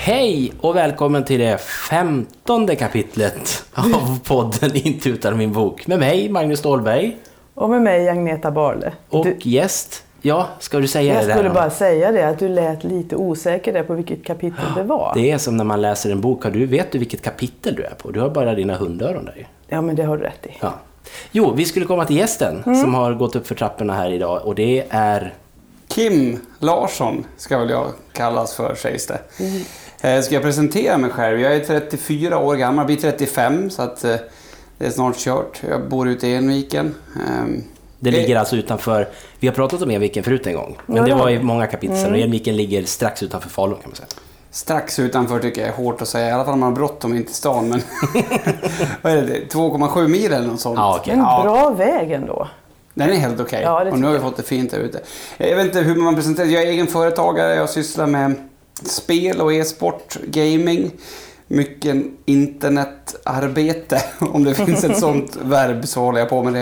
Hej och välkommen till det 15:e kapitlet av podden Inte utan min bok. Med mig, Magnus Ståhlberg. Och med mig, Agneta Barle. Och gäst, ja, ska du säga det där? Jag skulle bara säga det, att du lät lite osäker där på vilket kapitel det var. Det är som när man läser en bok. Vet du vilket kapitel du är på? Du har bara dina hundöron där. Ja, men det har du rätt i. Ja. Jo, vi skulle komma till gästen som har gått upp för trapporna här idag. Och det är... Kim Larsson ska väl jag kallas för, sägs det. Ska jag presentera mig själv? Jag är 34 år gammal, blir 35 så att det är snart kört. Jag bor ute i Enviken. Det ligger alltså utanför, vi har pratat om Enviken förut en gång. Men det var i många kapitel. Och Enviken ligger strax utanför Falun kan man säga. Strax utanför tycker jag är hårt att säga. I alla fall om man har bråttom inte i stan. Men vad är det? 2,7 mil eller något sånt. Ja, okay. En bra väg ändå. Den är helt okej. Ja, och nu har vi fått det fint där ute. Jag vet inte hur man presenterar. Jag är egen företagare. Jag sysslar med spel och e-sport, gaming. Mycket internetarbete. Om det finns ett sånt verb så håller jag på med det.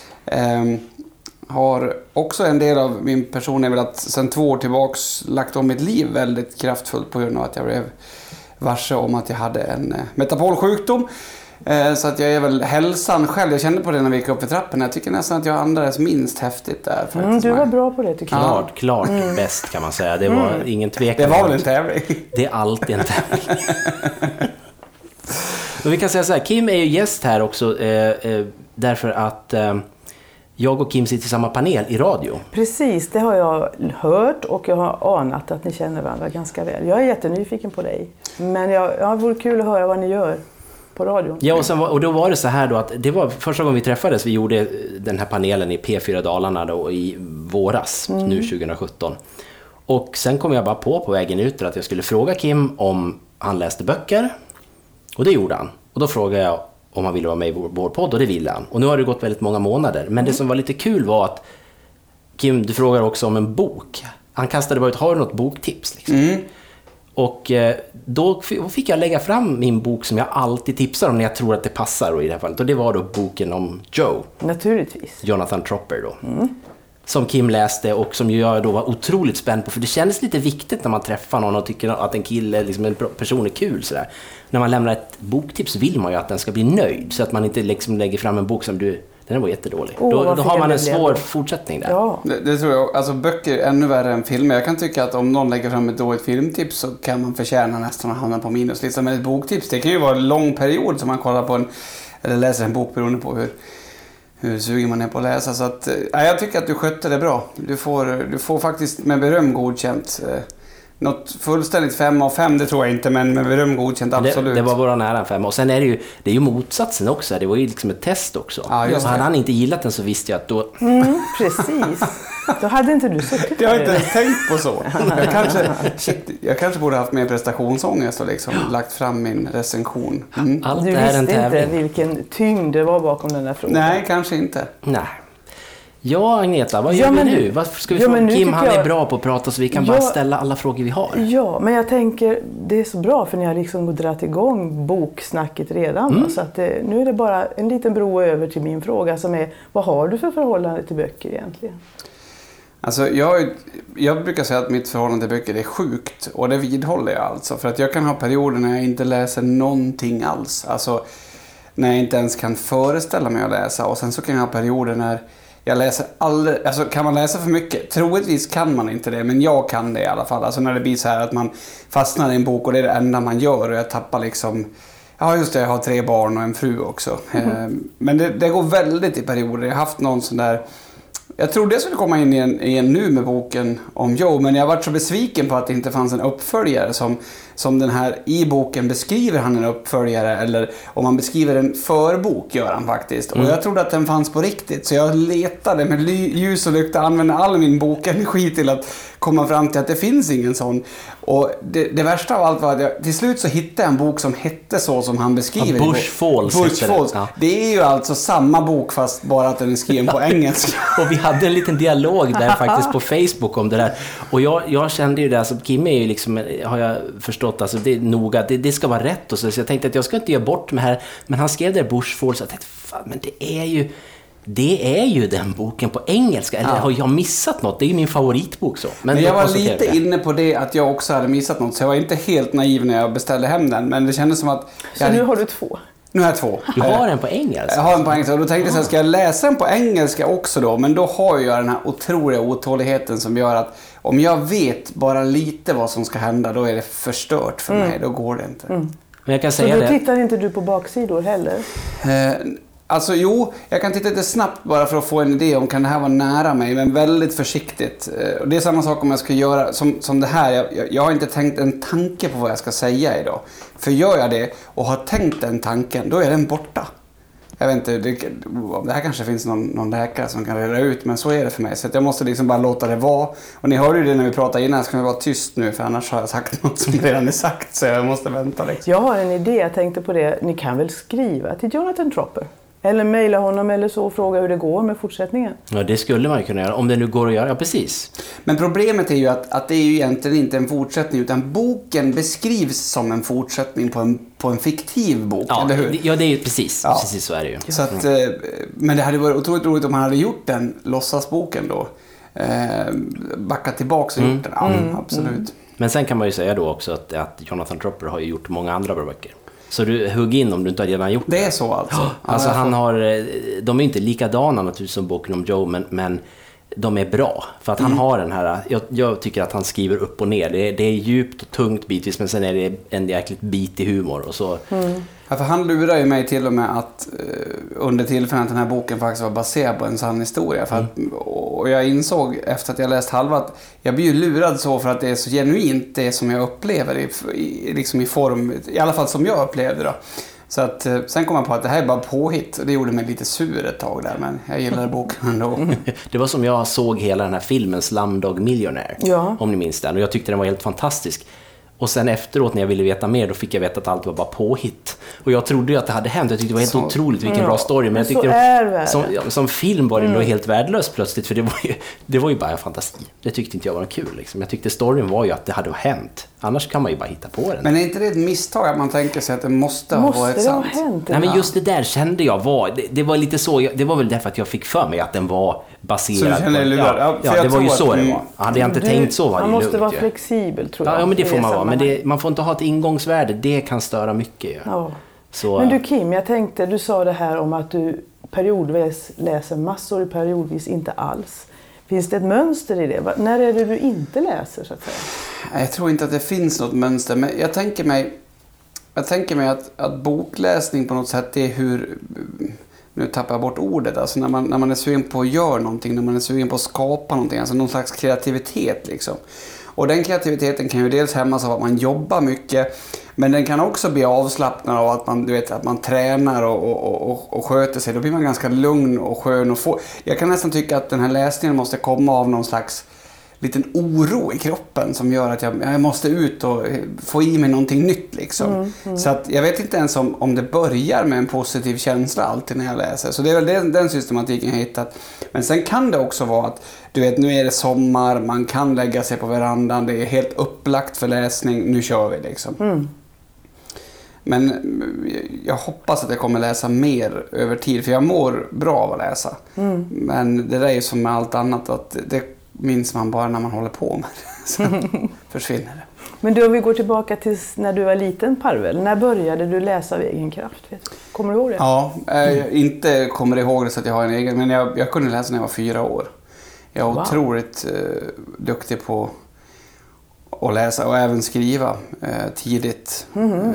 Har också en del av min person är väl att sedan 2 år tillbaks lagt om mitt liv väldigt kraftfullt på grund av att jag blev varse om att jag hade en metapolsjukdom. Så att jag är väl hälsan själv. Jag kände på det när vi gick upp för trappen. Jag tycker nästan att jag andades minst häftigt där. Du var bra på det tycker jag. Klart bäst kan man säga. Det var ingen tvekan. Det var väl en tävling. Det är alltid en tävling. Men vi kan säga så här. Kim är ju gäst här också. Därför att jag och Kim sitter i samma panel i radio. Precis, det har jag hört och jag har anat att ni känner varandra ganska väl. Jag är jättenyfiken på dig. Men jag vore kul att höra vad ni gör på radion. Ja, och då var det så här då att det var första gången vi träffades. Vi gjorde den här panelen i P4 Dalarna då i våras, nu 2017. Och sen kom jag bara på vägen ut att jag skulle fråga Kim om han läste böcker. Och det gjorde han. Och då frågade jag om han ville vara med i vår podd och det ville han. Och nu har det gått väldigt många månader. Men det som var lite kul var att Kim, du frågar också om en bok. Han kastade bara ut, har du något boktips? Liksom? Och då fick jag lägga fram min bok som jag alltid tipsar om när jag tror att det passar då, i det här fallet. Och det var då boken om Joe. Naturligtvis. Jonathan Tropper då. Som Kim läste och som jag då var otroligt spänd på. För det kändes lite viktigt när man träffar någon och tycker att en kille, liksom en person är kul. Sådär. När man lämnar ett boktips vill man ju att den ska bli nöjd. Så att man inte liksom lägger fram en bok som den var jättedålig. Då har man en svår fortsättning där. Ja. Det tror jag. Alltså böcker är ännu värre än filmer. Jag kan tycka att om någon lägger fram ett dåligt filmtips så kan man förtjäna nästan att hamna på minuslistan. Men ett boktips, det kan ju vara en lång period som man kollar på eller läser en bok beroende på hur sugen man är på att läsa. Så att, jag tycker att du skötte det bra. Du får faktiskt med beröm godkänt. Något fullständigt 5 av 5, det tror jag inte, men med beröm godkänt, absolut. Det var bara nära en 5. Och sen är det är ju motsatsen också. Det var ju liksom ett test också. Ja, så hade han inte gillat den så visste jag att då... Precis. Då hade inte du suttit. Jag har inte ens tänkt på så. Jag kanske borde haft mer prestationsångest och liksom lagt fram min recension. Allt du är en visste tävling. inte vilken tyngd det var bakom den här frågan. Nej, kanske inte. Nej. Ja, Agneta, vad gör vi nu? Vad ska vi fråga? Kim, han är bra på att prata så vi kan bara ställa alla frågor vi har. Ja, men jag tänker, det är så bra för ni har liksom dragit igång boksnacket redan. Så att nu är det bara en liten bro över till min fråga som är, vad har du för förhållande till böcker egentligen? Alltså jag brukar säga att mitt förhållande till böcker är sjukt, och det vidhåller jag alltså. För att jag kan ha perioder när jag inte läser någonting alls. Alltså när jag inte ens kan föreställa mig att läsa. Och sen så kan jag ha perioder när jag läser aldrig, alltså kan man läsa för mycket? Troligtvis kan man inte det, men jag kan det i alla fall. Alltså när det blir så här att man fastnar i en bok och det är det enda man gör och jag tappar liksom, ja just det, jag har 3 barn och en fru också. Men det går väldigt i perioder. Jag har haft någon sån där, jag trodde jag skulle komma in i en nu med boken om Joe, men jag var så besviken på att det inte fanns en uppföljare som den här i boken beskriver han en uppföljare, eller om man beskriver en förbok gör han faktiskt. Och jag trodde att den fanns på riktigt, så jag letade med ljus och lykta, använde all min bokenergi till att komma fram till att det finns ingen sån. Och det värsta av allt var att jag till slut så hittade jag en bok som hette så som han beskriver. Bush Falls. Ja. Det är ju alltså samma bok fast bara att den är skriven på engelska. Och vi hade en liten dialog där faktiskt på Facebook om det där. Och jag kände ju det, alltså Kim är ju liksom, har jag förstått, alltså det är noga, det ska vara rätt och så jag tänkte att jag ska inte göra bort med här, men han skrev där Bush Falls, så jag tänkte, fan, men det är ju det är ju den boken på engelska. Eller har jag missat något? Det är ju min favoritbok så. Men jag var lite inne på det att jag också hade missat något. Så jag var inte helt naiv när jag beställde hem den. Men det kändes som att... Så nu har du 2? Nu har jag 2. Du har den på engelska? Jag har den på engelska. Och då tänkte jag så här, ska jag läsa den på engelska också då? Men då har jag den här otroliga otåligheten som gör att om jag vet bara lite vad som ska hända, då är det förstört för mig. Då går det inte. Men jag kan säga så då tittar inte du på baksidor heller? Alltså jo, jag kan titta lite snabbt bara för att få en idé om kan det här vara nära mig, men väldigt försiktigt. Och det är samma sak om jag ska göra som det här. Jag har inte tänkt en tanke på vad jag ska säga idag. För gör jag det och har tänkt den tanken, då är den borta. Jag vet inte, det här kanske finns någon läkare som kan reda ut, men så är det för mig. Så att jag måste liksom bara låta det vara. Och ni hörde ju det när vi pratade innan, så kan vi vara tyst nu, för annars har jag sagt något som redan är sagt, så jag måste vänta liksom. Jag har en idé, jag tänkte på det. Ni kan väl skriva till Jonathan Tropper? Eller mejla honom eller så och fråga hur det går med fortsättningen. Ja, det skulle man ju kunna göra. Om det nu går att göra, ja precis. Men problemet är ju att det är ju egentligen inte en fortsättning, utan boken beskrivs som en fortsättning på en fiktiv bok, Ja, eller hur? Ja, det är ju precis. Ja. Precis så är det ju. Så att, men det hade varit otroligt roligt om man hade gjort den låtsasboken då. Backat tillbaka och gjort den. Ja, absolut. Men sen kan man ju säga då också att Jonathan Tropper har ju gjort många andra bra böcker. Så du hugg in om du inte har redan gjort det. Det är så alltså? Alltså han har, de är inte likadana naturligtvis som boken om Joe, men de är bra. För att han har den här, jag tycker att han skriver upp och ner. Det är djupt och tungt bitvis, men sen är det en jäkligt bitig humor. Och så. Ja, för han lurar ju mig till och med att under tillfället att den här boken faktiskt var baserad på en sann historia. För att, och jag insåg efter att jag läst halva att jag blir ju lurad så för att det är så genuint det som jag upplever liksom i form, i alla fall som jag upplevde då. Så att sen kom jag på att det här är bara påhitt, och det gjorde mig lite sur ett tag där, men jag gillade boken ändå. Det var som jag såg hela den här filmen Slumdog Millionaire, om ni minns den, och jag tyckte den var helt fantastisk. Och sen efteråt när jag ville veta mer, då fick jag veta att allt var bara påhitt. Och jag trodde ju att det hade hänt. Jag tyckte det var helt otroligt vilken bra story. Men jag tyckte som film var det nog helt värdelöst plötsligt. För det var ju bara fantasi. Det tyckte inte jag var kul. Liksom. Jag tyckte storyn var ju att det hade hänt. Annars kan man ju bara hitta på den. Men är inte det ett misstag att man tänker sig att det måste ha varit sant? Nej, men just det där kände jag det var lite så. Det var väl därför att jag fick för mig att den var baserad på... Ja, det var ju så det var. Hade jag inte tänkt så var det man lugnt. måste vara flexibel, tror jag. Ja, men det får man vara. Men man får inte ha ett ingångsvärde. Det kan störa mycket. Ja. Så, men du Kim, jag tänkte, du sa det här om att du periodvis läser massor och periodvis inte alls. Finns det ett mönster i det? När är det du inte läser, så att säga? Jag tror inte att det finns något mönster, men jag tänker mig att bokläsning på något sätt är hur... Nu tappar jag bort ordet. Alltså när man är sugen på att göra någonting, när man är sugen på att skapa någonting, alltså någon slags kreativitet liksom. Och den kreativiteten kan ju dels hämmas av att man jobbar mycket, men den kan också bli avslappnad av att man tränar och sköter sig. Då blir man ganska lugn och skön och jag kan nästan tycka att den här läsningen måste komma av någon slags liten oro i kroppen som gör att jag måste ut och få i mig någonting nytt liksom. Så att jag vet inte ens om det börjar med en positiv känsla alltid när jag läser. Så det är väl den systematiken jag har hittat. Men sen kan det också vara att nu är det sommar, man kan lägga sig på verandan, det är helt upplagt för läsning, nu kör vi liksom. Men jag hoppas att jag kommer läsa mer över tid, för jag mår bra av att läsa. Men det där är ju som med allt annat, att det minns man bara när man håller på med det. Så försvinner det. Men du, om vi går tillbaka till när du var liten, Parvel. När började du läsa av egen kraft? Kommer du ihåg det? Ja, inte kommer ihåg det så att jag har en egen. Men jag kunde läsa när jag var 4 år. Jag är otroligt duktig på att läsa och även skriva tidigt.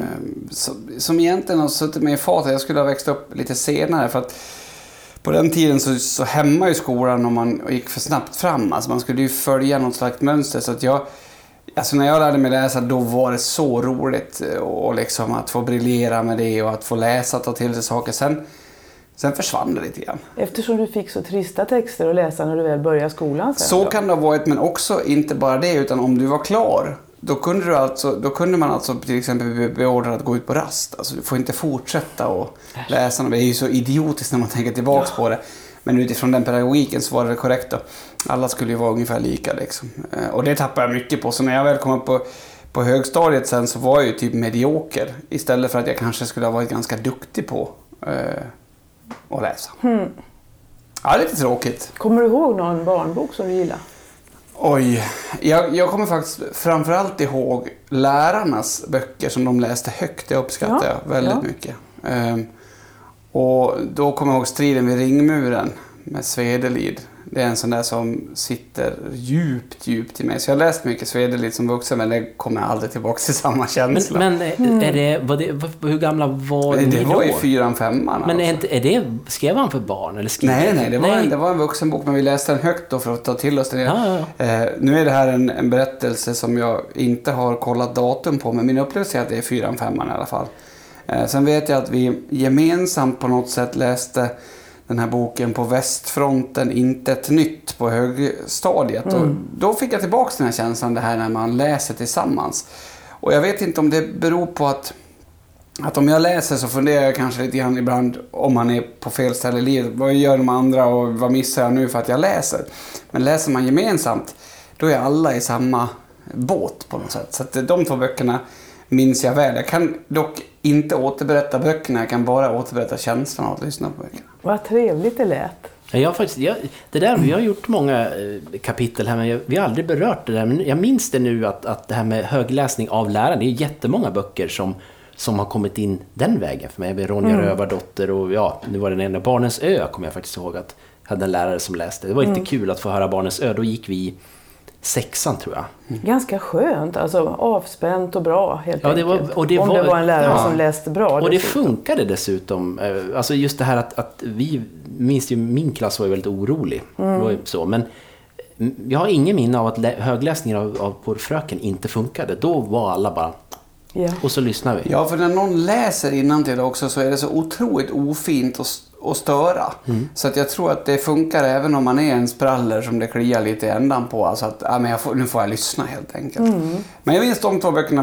Som egentligen har suttit med i fatet. Jag skulle ha växt upp lite senare, för att på den tiden så hämmar ju skolan om man gick för snabbt fram. Alltså man skulle ju följa något slags mönster. Så att när jag lärde mig läsa, då var det så roligt och liksom att få briljera med det och att få läsa och ta till sig saker. Sen försvann det lite grann. Eftersom du fick så trista texter att läsa när du väl började skolan sen. Så kan det ha varit, men också inte bara det, utan om du var klar, då kunde man alltså till exempel bli beordrad att gå ut på rast. Alltså du får inte fortsätta och läsa. Det är ju så idiotiskt när man tänker tillbaka på det. Men utifrån den pedagogiken så var det korrekt då. Alla skulle ju vara ungefär lika liksom. Och det tappade jag mycket på. Så när jag väl kom upp på högstadiet sen, så var jag ju typ medioker. Istället för att jag kanske skulle ha varit ganska duktig på att läsa. Ja, lite tråkigt. Kommer du ihåg någon barnbok som du gillar? Oj, jag kommer faktiskt framförallt ihåg lärarnas böcker som de läste högt. Det uppskattar jag väldigt mycket. Och då kommer jag ihåg Striden vid ringmuren med Swedelid. Det är en sån där som sitter djupt i mig. Så jag har läst mycket Swedelid som vuxen, men det kommer aldrig tillbaka till samma känsla. Men hur gamla var ni då? Det var i 4-5. Men skrev han för barn? Eller nej, det var en vuxenbok, men vi läste den högt då för att ta till oss det. Ja. Nu är det här en berättelse som jag inte har kollat datum på, men min upplevelse är att det är 4-5 i alla fall. Sen vet jag att vi gemensamt på något sätt läste den här boken På västfronten, inte ett nytt på högstadiet. Och då fick jag tillbaka den här känslan, det här när man läser tillsammans. Och jag vet inte om det beror på att om jag läser så funderar jag kanske lite grann ibland om man är på fel ställe i livet. Vad gör de andra och vad missar jag nu för att jag läser? Men läser man gemensamt, då är alla i samma båt på något sätt. Så att de 2 böckerna minns jag väl. Jag kan dock inte återberätta böckerna, jag kan bara återberätta känslan av att lyssna på böckerna. Vad trevligt det lät. Vi har gjort många kapitel här, men vi har aldrig berört det där. Men jag minns det nu att det här med högläsning av läraren, det är jättemånga böcker som har kommit in den vägen för mig. Ronja Rövardotter och nu var den ena Barnens ö, kommer jag faktiskt ihåg att jag hade en lärare som läste. Det var lite kul att få höra Barnens ö, då gick vi 6:an tror jag. Ganska skönt, alltså avspänt och bra helt enkelt. Om det var en lärare som läste bra. Och det funkade dessutom. Alltså just det här att vi, minst ju min klass var ju väldigt orolig. Det var ju så, men jag har ingen minne av att högläsningen av på fröken inte funkade. Då var alla bara... Ja. Och så lyssnar vi. Ja, för när någon läser innantill också så är det så otroligt ofint att störa. Så att jag tror att det funkar även om man är en spraller som det kliar lite i ändan på. Alltså att nu får jag lyssna helt enkelt. Men jag minns de 2 böckerna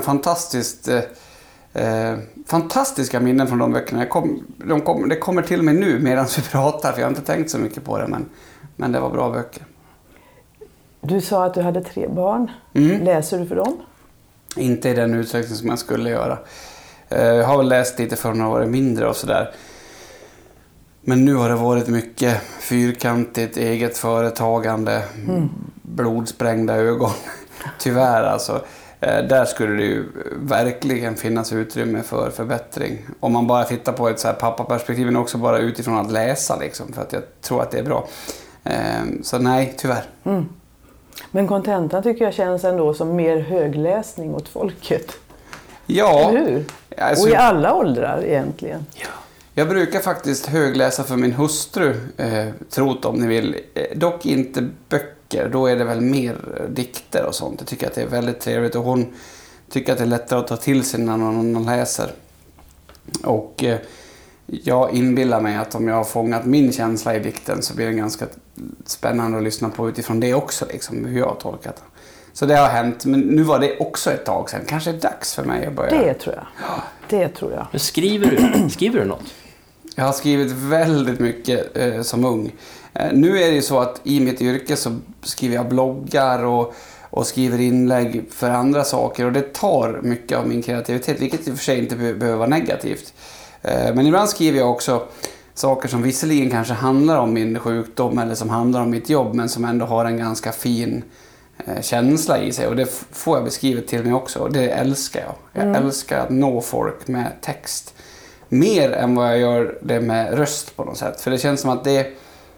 fantastiska minnen från de böckerna. Det kommer till mig nu medan vi pratar, för jag har inte tänkt så mycket på det. Men det var bra böcker. Du sa att du hade 3 barn. Läser du för dem? Inte i den utsträckning som jag skulle göra. Jag har väl läst lite för några år mindre och sådär. Men nu har det varit mycket fyrkantigt, eget företagande, blodsprängda ögon. Tyvärr alltså. Där skulle det ju verkligen finnas utrymme för förbättring. Om man bara tittar på ett så här pappaperspektiv, men också bara utifrån att läsa liksom, för att jag tror att det är bra. Så nej, tyvärr. Men kontentan tycker jag känns ändå som mer högläsning åt folket. Ja. Eller hur? Alltså, och i alla åldrar egentligen. Ja. Jag brukar faktiskt högläsa för min hustru, trot om ni vill. Dock inte böcker, då är det väl mer dikter och sånt. Jag tycker att det är väldigt trevligt och hon tycker att det är lättare att ta till sig när någon läser. Och jag inbillar mig att om jag har fångat min känsla i dikten så blir det ganska spännande att lyssna på utifrån det också, liksom, hur jag har tolkat det. Så det har hänt, men nu var det också ett tag sedan. Kanske är det dags för mig att börja. Det tror jag. Ja. Det tror jag. Men skriver du något? Jag har skrivit väldigt mycket som ung. Nu är det ju så att i mitt yrke så skriver jag bloggar och skriver inlägg för andra saker. Och det tar mycket av min kreativitet, vilket i och för sig inte behöver vara negativt. Men ibland skriver jag också saker som visserligen kanske handlar om min sjukdom eller som handlar om mitt jobb, men som ändå har en ganska fin känsla i sig. Och det får jag beskrivet till mig också. Och det älskar jag. Jag älskar att nå folk med text. Mer än vad jag gör det med röst på något sätt. För det känns som att det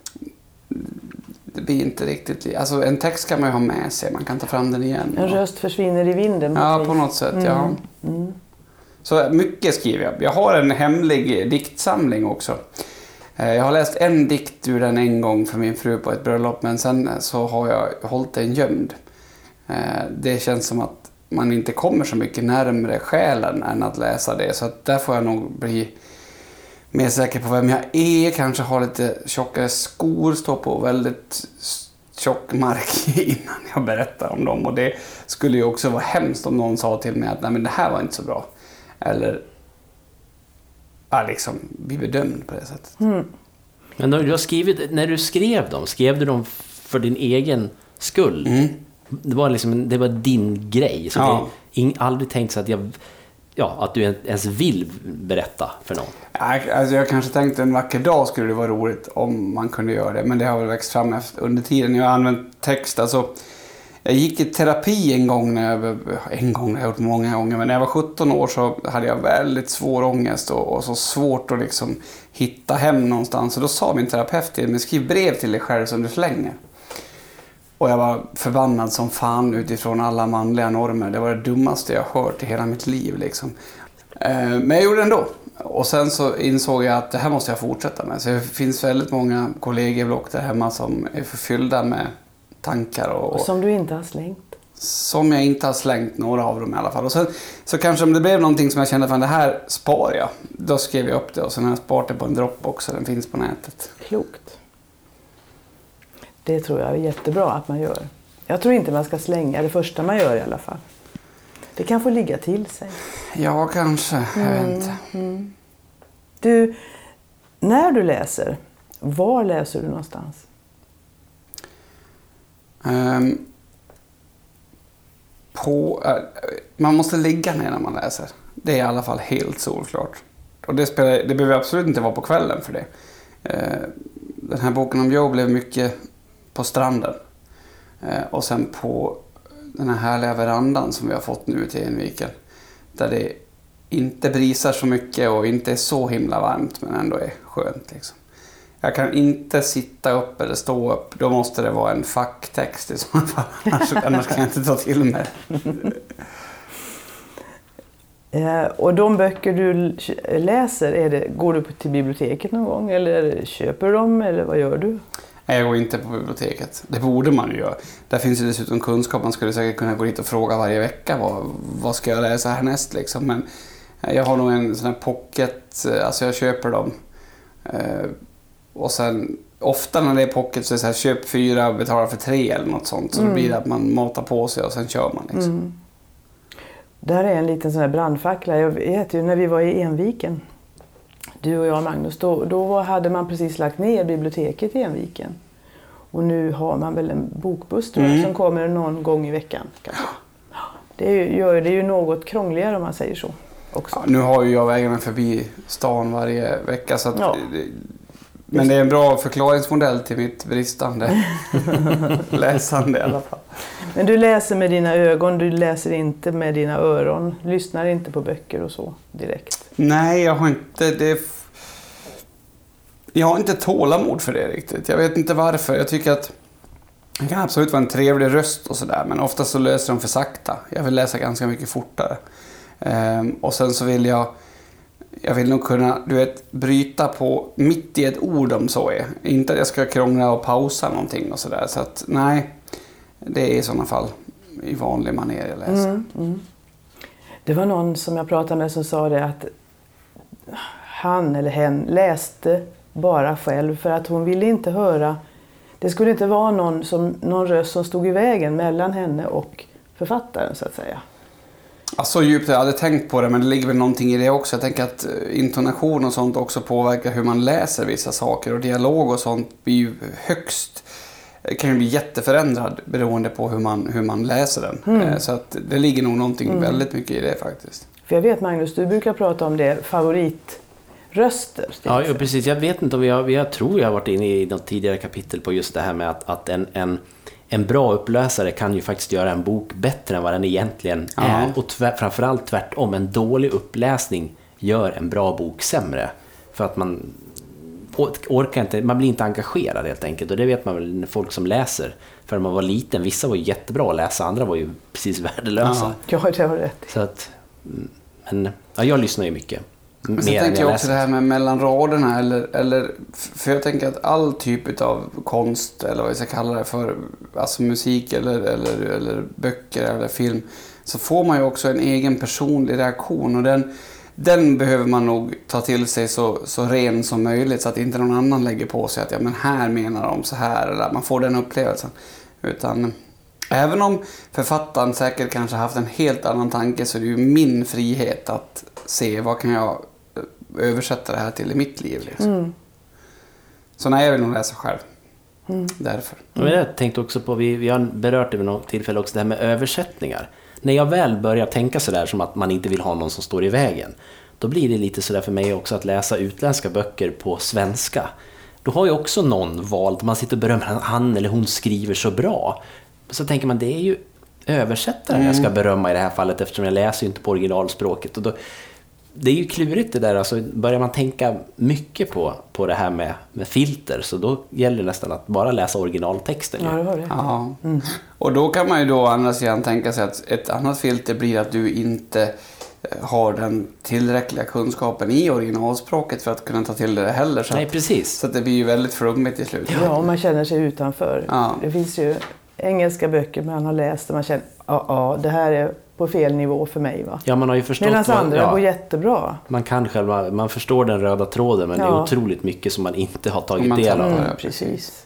blir inte riktigt... Alltså en text kan man ju ha med sig. Man kan ta fram den igen. En röst försvinner i vinden. Ja, på något sätt. Ja. Så mycket skriver jag. Jag har en hemlig diktsamling också. Jag har läst en dikt ur den en gång för min fru på ett bröllop. Men sen så har jag hållit den gömd. Det känns som att man inte kommer så mycket närmare själen än att läsa det. Så att där får jag nog bli mer säker på vem jag är. Kanske ha lite tjockare skor, stå på väldigt tjock mark innan jag berättar om dem. Och det skulle ju också vara hemskt om någon sa till mig att nej, men det här var inte så bra. Eller liksom bli bedömd på det sättet. Men du har skrivit, när du skrev du dem för din egen skull? Det var din grej. Så aldrig tänkt så att att du ens vill berätta för någon? Alltså jag kanske tänkte en vacker dag skulle det vara roligt om man kunde göra det. Men det har väl växt fram under tiden. Jag har använt text. Alltså, jag gick i terapi en gång när jag har gjort många gånger. Men när jag var 17 år så hade jag väldigt svår ångest och så svårt att liksom hitta hem någonstans. Och då sa min terapeut till mig, skriv brev till dig själv som du slänger. Och jag var förbannad som fan utifrån alla manliga normer. Det var det dummaste jag hört i hela mitt liv liksom. Men jag gjorde det ändå. Och sen så insåg jag att det här måste jag fortsätta med. Så det finns väldigt många kollegieblock där hemma som är förfyllda med tankar. Och som du inte har slängt. Som jag inte har slängt, några av dem i alla fall. Och sen så kanske om det blev någonting som jag kände att det här spar jag. Då skrev jag upp det och sen har jag sparat det på en Dropbox så den finns på nätet. Klokt. Det tror jag är jättebra att man gör. Jag tror inte man ska slänga det första man gör i alla fall. Det kan få ligga till sig. Ja, kanske. Jag vet inte. Du, när du läser, var läser du någonstans? Man måste ligga ner när man läser. Det är i alla fall helt solklart. Och det behöver absolut inte vara på kvällen för det. Den här boken om Joe blev mycket på stranden. Och sen på den här härliga verandan som vi har fått nu till Enviken. Där det inte brisar så mycket och inte är så himla varmt men ändå är skönt liksom. Jag kan inte sitta upp eller stå upp. Då måste det vara en facktext i sådana fall. Annars kan jag inte ta till mig. Och de böcker du läser, går du till biblioteket någon gång? Eller köper du dem? Eller vad gör du? Nej, jag går inte på biblioteket. Det borde man ju göra. Där finns ju dessutom kunskap. Man skulle säkert kunna gå dit och fråga varje vecka. Vad ska jag läsa härnäst liksom. Men jag har nog en sån här pocket. Alltså jag köper dem. Och sen ofta när det är pocket så är det så här, köp 4 och betala för 3 eller något sånt. Så då blir det att man matar på sig och sen kör man liksom. Där är en liten sån här brandfackla. Jag vet ju när vi var i Enviken, du och jag Magnus, då hade man precis lagt ner biblioteket i Enviken. Och nu har man väl en bokbuss som kommer någon gång i veckan. Kanske. Det gör det ju något krångligare om man säger så. Också. Ja, nu har ju jag vägarna förbi stan varje vecka så att men det är en bra förklaringsmodell till mitt bristande läsande i alla fall. Men du läser med dina ögon, du läser inte med dina öron, lyssnar inte på böcker och så direkt. Nej, jag har inte tålamod för det riktigt. Jag vet inte varför. Jag tycker att det kan absolut vara en trevlig röst och sådär, men ofta så läser de för sakta. Jag vill läsa ganska mycket fortare. Och sen så vill jag vill nog kunna, bryta på mitt i ett ord om så är. Inte att jag ska krångla och pausa någonting och sådär. Så att nej, det är i sådana fall i vanlig manér jag läser. Det var någon som jag pratade med som sa det att han eller hen läste bara själv för att hon ville inte höra. Det skulle inte vara någon röst som stod i vägen mellan henne och författaren så att säga. Så djupt jag hade tänkt på det, men det ligger väl någonting i det också. Jag tänker att intonation och sånt också påverkar hur man läser vissa saker. Och dialog och sånt blir ju kan ju bli jätteförändrad beroende på hur man läser den. Så att det ligger nog någonting väldigt mycket i det faktiskt. För jag vet Magnus, du brukar prata om det, favoritröster. Ja, precis. Jag vet inte om jag tror jag har varit inne i något tidigare kapitel på just det här med att en bra uppläsare kan ju faktiskt göra en bok bättre än vad den egentligen är. Och framförallt tvärtom, en dålig uppläsning gör en bra bok sämre. För att man orkar inte, man blir inte engagerad helt enkelt. Och det vet man väl när folk som läser. För när man var liten, vissa var ju jättebra att läsa, andra var ju precis värdelösa. Ja, det har rätt. Så att, men jag lyssnar ju mycket. Men så tänker jag också det här med mellan raderna eller för jag tänker att all typ av konst eller vad jag ska kalla det för, alltså musik eller böcker eller film, så får man ju också en egen personlig reaktion och den behöver man nog ta till sig så ren som möjligt så att inte någon annan lägger på sig att ja men här menar de så här eller man får den upplevelsen. Utan även om författaren säkert kanske haft en helt annan tanke så är det ju min frihet att se vad kan jag översätta det här till i mitt liv. Liksom. Så nej, jag vill nog läsa själv. Därför. Jag tänkte också på, vi har berört det vid något tillfälle också, det här med översättningar. när jag väl börjar tänka sådär som att man inte vill ha någon som står i vägen, då blir det lite sådär för mig också att läsa utländska böcker på svenska. Då har ju också någon valt, man sitter och berömmer han eller hon skriver så bra. Så tänker man, det är ju översättaren jag ska berömma i det här fallet, eftersom jag läser ju inte på originalspråket. Och då, det är ju klurigt det där, alltså börjar man tänka mycket på det här med filter, så då gäller det nästan att bara läsa originaltexten. Ja, det var det. Ja. Och då kan man ju då andra sidan tänka sig att ett annat filter blir att du inte har den tillräckliga kunskapen i originalspråket för att kunna ta till det heller. Så nej, precis. Så att det blir ju väldigt flummigt i slutet. Ja, och man känner sig utanför. Ja. Det finns ju engelska böcker man har läst och man känner, det här är på fel nivå för mig, va? Ja, man har ju förstått. Medan andra går jättebra. Man kan själva, man förstår den röda tråden, men det är otroligt mycket som man inte har tagit del av. Precis.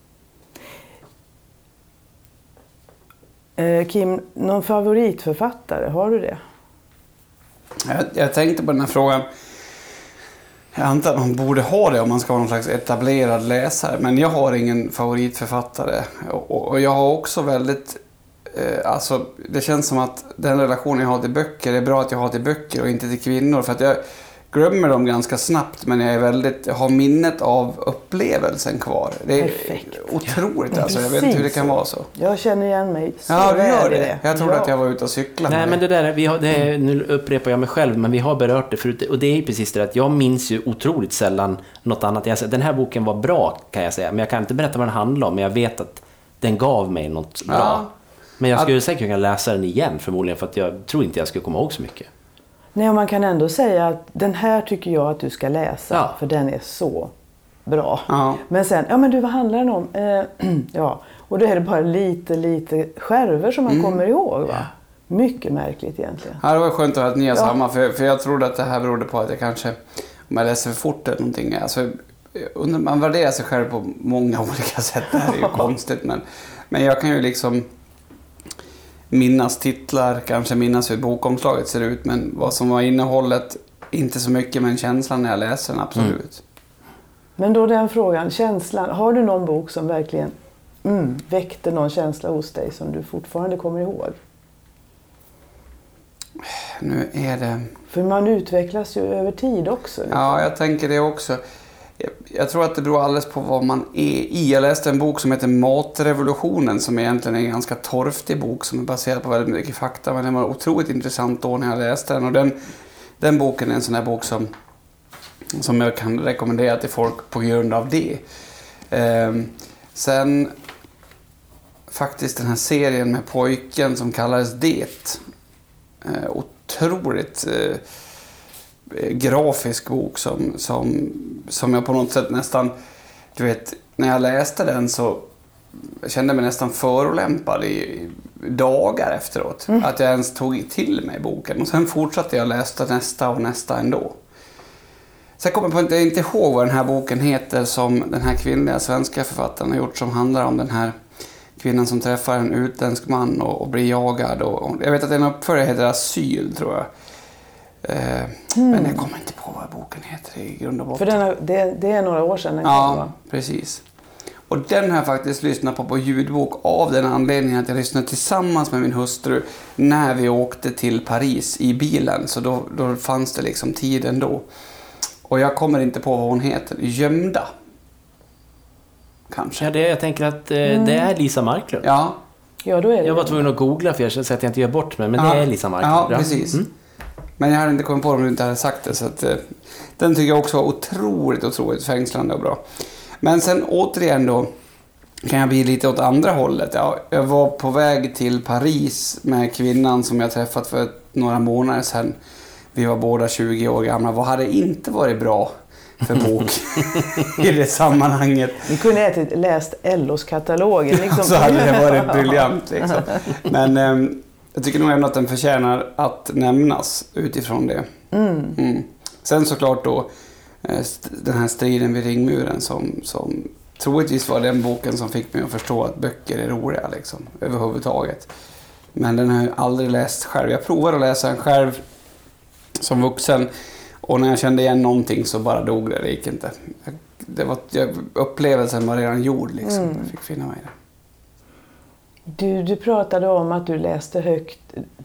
Kim, någon favoritförfattare, har du det? Jag tänkte på den här frågan. Jag antar att man borde ha det om man ska vara någon slags etablerad läsare. Men jag har ingen favoritförfattare. Och jag har också väldigt... Alltså, det känns som att den relationen jag har till böcker är bra att jag har till böcker och inte till kvinnor. För att jag glömmer dem ganska snabbt, men jag har minnet av upplevelsen kvar. Det är otroligt. Alltså, jag vet inte hur det kan vara så. Jag känner igen mig så ja, du gör väl i det. Jag trodde att jag var ute och cykla. Nej, men det där, nu upprepar jag mig själv, men vi har berört det förut. Och det är ju precis det att jag minns ju otroligt sällan något annat. Den här boken var bra, kan jag säga. Men jag kan inte berätta vad den handlar om, men jag vet att den gav mig något bra. Men jag skulle säkert kunna läsa den igen förmodligen, för att jag tror inte jag skulle komma ihåg så mycket. Nej, och man kan ändå säga att den här tycker jag att du ska läsa, för den är så bra. Ja. Men sen, vad handlar den om? Och då är det bara lite skärvor som man kommer ihåg, va? Ja. Mycket märkligt egentligen. Ja, det var skönt att ni har samma, för jag trodde att det här berodde på att jag kanske, om jag läser för fort eller någonting, alltså, man värderar sig själv på många olika sätt, det här är ju konstigt, men jag kan ju liksom minnas titlar, kanske minnas hur bokomslaget ser ut, men vad som var innehållet, inte så mycket, men känslan när jag läser den, absolut. Men då den frågan, känslan, har du någon bok som verkligen väckte någon känsla hos dig som du fortfarande kommer ihåg? Nu är det... För man utvecklas ju över tid också. Liksom. Ja, jag tänker det också. Jag tror att det beror alldeles på vad man är i. Jag läste en bok som heter Matrevolutionen, som egentligen är en ganska torftig bok som är baserad på väldigt mycket fakta, men den var otroligt intressant då när jag läste den. Och den boken är en sån här bok som jag kan rekommendera till folk på grund av det. Sen faktiskt den här serien med pojken som kallades Det. Otroligt grafisk bok som jag på något sätt nästan, du vet, när jag läste den så kände jag mig nästan förolämpad i dagar efteråt. Att jag ens tog till mig boken. Och sen fortsatte jag läsa nästa och nästa ändå. Sen kommer jag på att jag inte ihåg vad den här boken heter som den här kvinnliga svenska författaren har gjort, som handlar om den här kvinnan som träffar en utländsk man och blir jagad. Och jag vet att en uppföljare heter Asyl, tror jag. Men jag kommer inte på vad boken heter i grund och botten. För det är några år sedan den kom, va? Precis. Och den har jag faktiskt lyssnat på ljudbok av den anledningen att jag lyssnade tillsammans med min hustru när vi åkte till Paris i bilen. Så då fanns det liksom tid ändå. Och jag kommer inte på vad hon heter. Gömda. Kanske. Ja, jag tänker att det är Lisa Marklund. Ja. Ja, då är det. Jag var tvungen att googla för jag känner att jag inte gör bort mig, men det är Lisa Marklund. Ja, precis. Men jag hade inte kommit på det om du inte hade sagt det. Så att, den tycker jag också var otroligt fängslande och bra. Men sen återigen då kan jag bli lite åt andra hållet. Jag var på väg till Paris med kvinnan som jag träffat för några månader sedan. Vi var båda 20 år gamla. Vad hade inte varit bra för bok i det sammanhanget? Ni kunde ha läst LOs kataloger. Liksom. Så hade det varit briljant. Liksom. Men jag tycker nog även att den förtjänar att nämnas utifrån det. Sen såklart då den här striden vid ringmuren som troligtvis var den boken som fick mig att förstå att böcker är roliga liksom, överhuvudtaget. Men den har jag aldrig läst själv. Jag provade att läsa den själv som vuxen och när jag kände igen någonting så bara dog det gick inte. Upplevelsen var redan gjord liksom. Jag fick finna mig i det. Du pratade om att du läste högt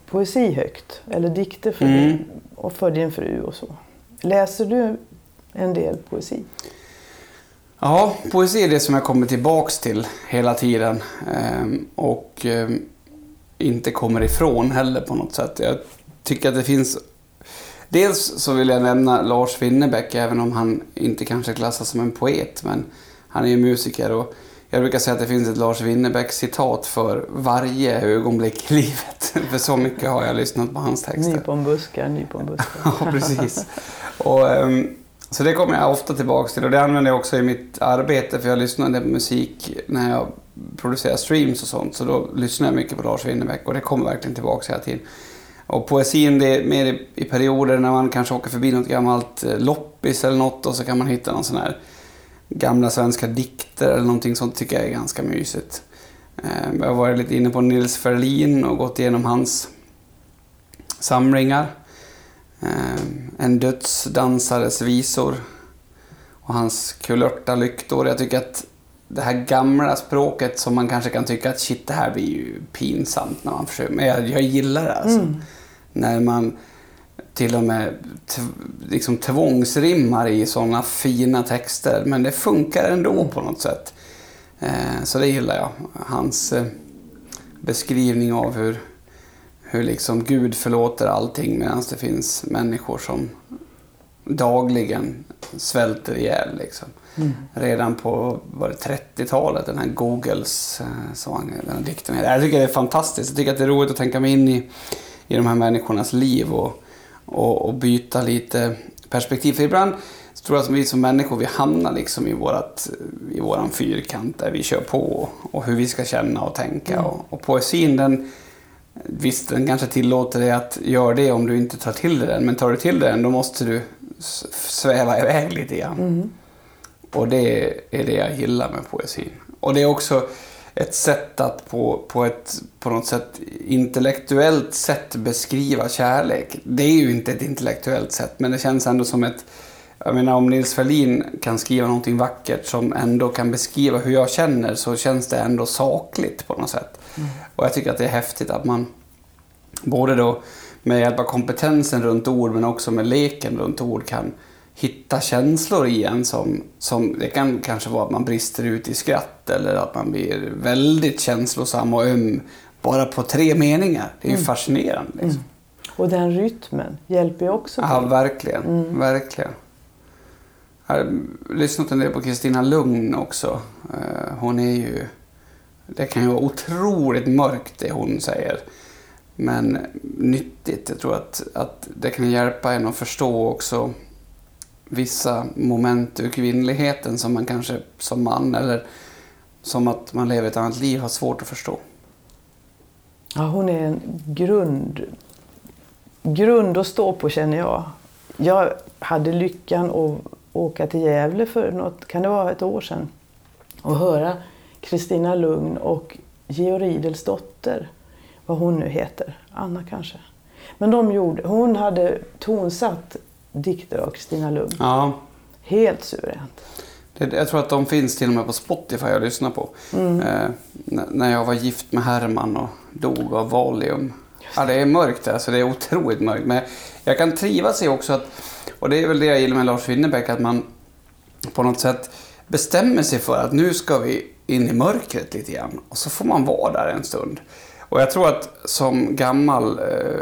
poesi högt, eller dikter för din, och för din fru och så. Läser du en del poesi? Ja, poesi är det som jag kommer tillbaks till hela tiden och inte kommer ifrån heller på något sätt. Jag tycker att det finns... Dels så vill jag nämna Lars Winnerbäck, även om han inte kanske klassas som en poet, men han är ju musiker, och jag brukar säga att det finns ett Lars Winnerbäck-citat för varje ögonblick i livet. För så mycket har jag lyssnat på hans texter. Nyponbuskar. Ja, precis. Och, så det kommer jag ofta tillbaka till, och det använder jag också i mitt arbete, för jag lyssnar på musik när jag producerar streams och sånt, så då lyssnar jag mycket på Lars Winnerbäck, och det kommer verkligen tillbaka hela tiden. Och poesin, det är mer i perioder när man kanske åker förbi något gammalt loppis eller något, och så kan man hitta någon sån här gamla svenska dikter eller någonting sånt, tycker jag är ganska mysigt. Jag har varit lite inne på Nils Ferlin och gått igenom hans samlingar. En dödsdansares visor och hans kulörta lyktor. Jag tycker att det här gamla språket som man kanske kan tycka att shit, det här blir ju pinsamt när man försöker. Men jag gillar det alltså. När man till och med liksom tvångsrimmar i sådana fina texter. Men det funkar ändå på något sätt. Så det gillar jag. Hans beskrivning av hur liksom Gud förlåter allting, medan det finns människor som dagligen svälter ihjäl liksom. Redan på 30-talet, den här Googles sång, den här dikten. Jag tycker det är fantastiskt. Jag tycker att det är roligt att tänka mig in i de här människornas liv och byta lite perspektiv. För ibland tror jag att vi som människor, vi hamnar liksom i våran fyrkant där vi kör på, och hur vi ska känna och tänka. Och poesin, visst, den kanske tillåter dig att göra det om du inte tar till den. Men tar du till den, då måste du sväva iväg lite grann. Och det är det jag gillar med poesin. Och det är också ett sätt att på något sätt intellektuellt sätt beskriva kärlek. Det är ju inte ett intellektuellt sätt, men det känns ändå som ett... Jag menar, om Nils Ferlin kan skriva någonting vackert som ändå kan beskriva hur jag känner, så känns det ändå sakligt på något sätt. Och jag tycker att det är häftigt att man både då med hjälp av kompetensen runt ord, men också med leken runt ord, kan hitta känslor i en som det kan kanske vara att man brister ut i skratt, eller att man blir väldigt känslosam och bara på 3 meningar. Det är ju fascinerande liksom. Och den rytmen hjälper ju också till. Ja, verkligen. Verkligen. Jag har lyssnat en del på Kristina Lugn också. Hon är ju... Det kan ju vara otroligt mörkt det hon säger. Men nyttigt. Jag tror att det kan hjälpa en att förstå också vissa moment ur kvinnligheten som man kanske som man, eller som att man lever ett annat liv, har svårt att förstå. Ja, hon är en grund att stå på, känner jag. Jag hade lyckan att åka till Gävle för kan det vara ett år sedan, och höra Kristina Lugn och Georg Riedels dotter, vad hon nu heter, Anna kanske. Men hon hade tonsatt dikter av Kristina Lugn. Ja. Helt suveränt. Jag tror att de finns till och med på Spotify jag lyssnar på. När jag var gift med Herman och dog av Valium. Ja, det är mörkt, alltså det är otroligt mörkt. Men jag kan trivas i också att, och det är väl det jag gillar med Lars Winnerbäck, att man på något sätt bestämmer sig för att nu ska vi in i mörkret lite grann. Och så får man vara där en stund. Och jag tror att som gammal